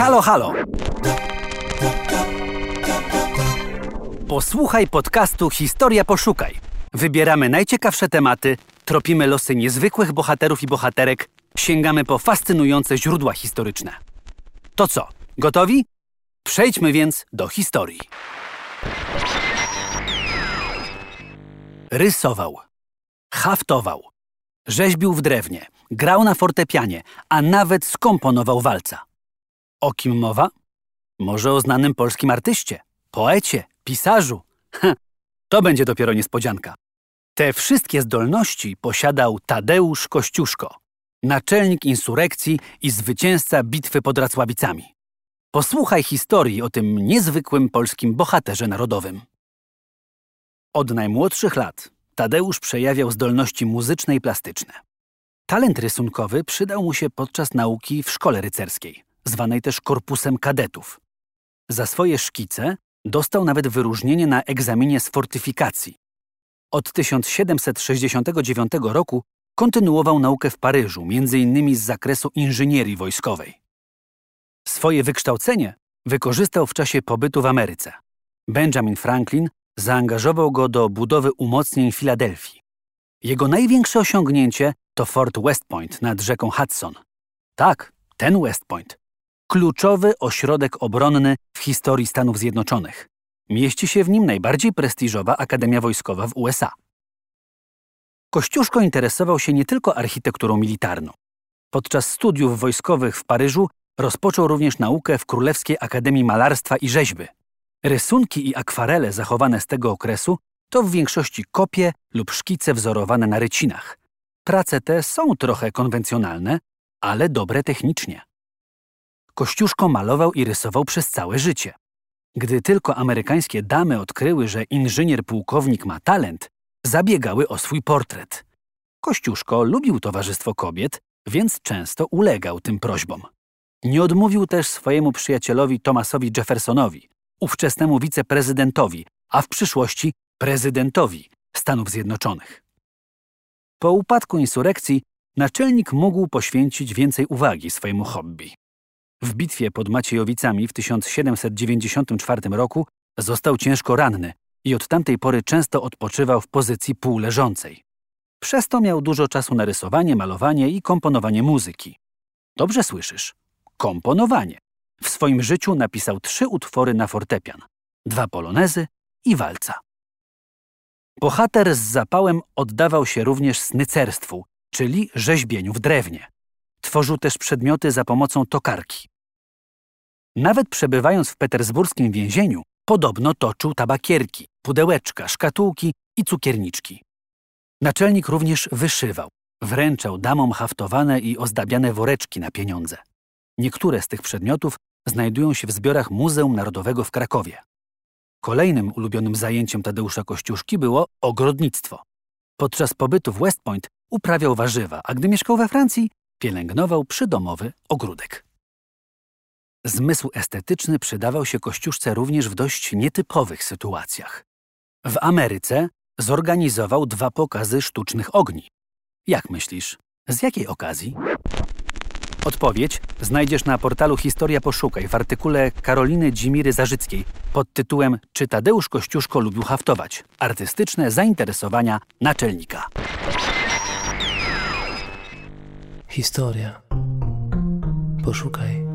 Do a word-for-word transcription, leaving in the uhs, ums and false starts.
Halo, halo! Posłuchaj podcastu Historia Poszukaj. Wybieramy najciekawsze tematy, tropimy losy niezwykłych bohaterów i bohaterek, sięgamy po fascynujące źródła historyczne. To co, gotowi? Przejdźmy więc do historii. Rysował, haftował, rzeźbił w drewnie, grał na fortepianie, a nawet skomponował walca. O kim mowa? Może o znanym polskim artyście, poecie, pisarzu. Heh, to będzie dopiero niespodzianka. Te wszystkie zdolności posiadał Tadeusz Kościuszko, naczelnik insurekcji i zwycięzca bitwy pod Racławicami. Posłuchaj historii o tym niezwykłym polskim bohaterze narodowym. Od najmłodszych lat Tadeusz przejawiał zdolności muzyczne i plastyczne. Talent rysunkowy przydał mu się podczas nauki w szkole rycerskiej, zwanej też korpusem kadetów. Za swoje szkice dostał nawet wyróżnienie na egzaminie z fortyfikacji. Od tysiąc siedemset sześćdziesiątego dziewiątego roku kontynuował naukę w Paryżu, między innymi z zakresu inżynierii wojskowej. Swoje wykształcenie wykorzystał w czasie pobytu w Ameryce. Benjamin Franklin zaangażował go do budowy umocnień Filadelfii. Jego największe osiągnięcie to Fort West Point nad rzeką Hudson. Tak, ten West Point. Kluczowy ośrodek obronny w historii Stanów Zjednoczonych. Mieści się w nim najbardziej prestiżowa Akademia Wojskowa w U S A. Kościuszko interesował się nie tylko architekturą militarną. Podczas studiów wojskowych w Paryżu rozpoczął również naukę w Królewskiej Akademii Malarstwa i Rzeźby. Rysunki i akwarele zachowane z tego okresu to w większości kopie lub szkice wzorowane na rycinach. Prace te są trochę konwencjonalne, ale dobre technicznie. Kościuszko malował i rysował przez całe życie. Gdy tylko amerykańskie damy odkryły, że inżynier pułkownik ma talent, zabiegały o swój portret. Kościuszko lubił towarzystwo kobiet, więc często ulegał tym prośbom. Nie odmówił też swojemu przyjacielowi Thomasowi Jeffersonowi, ówczesnemu wiceprezydentowi, a w przyszłości prezydentowi Stanów Zjednoczonych. Po upadku insurekcji naczelnik mógł poświęcić więcej uwagi swojemu hobby. W bitwie pod Maciejowicami w tysiąc siedemset dziewięćdziesiątym czwartym roku został ciężko ranny i od tamtej pory często odpoczywał w pozycji półleżącej. Przez to miał dużo czasu na rysowanie, malowanie i komponowanie muzyki. Dobrze słyszysz? Komponowanie. W swoim życiu napisał trzy utwory na fortepian, dwa polonezy i walca. Bohater z zapałem oddawał się również snycerstwu, czyli rzeźbieniu w drewnie. Tworzył też przedmioty za pomocą tokarki. Nawet przebywając w petersburskim więzieniu, podobno toczył tabakierki, pudełeczka, szkatułki i cukierniczki. Naczelnik również wyszywał. Wręczał damom haftowane i ozdabiane woreczki na pieniądze. Niektóre z tych przedmiotów znajdują się w zbiorach Muzeum Narodowego w Krakowie. Kolejnym ulubionym zajęciem Tadeusza Kościuszki było ogrodnictwo. Podczas pobytu w West Point uprawiał warzywa, a gdy mieszkał we Francji, pielęgnował przydomowy ogródek. Zmysł estetyczny przydawał się Kościuszce również w dość nietypowych sytuacjach. W Ameryce zorganizował dwa pokazy sztucznych ogni. Jak myślisz, z jakiej okazji? Odpowiedź znajdziesz na portalu Historia Poszukaj w artykule Karoliny Dzimiry Zarzyckiej pod tytułem Czy Tadeusz Kościuszko lubił haftować? Artystyczne zainteresowania naczelnika. Historia. Poszukaj.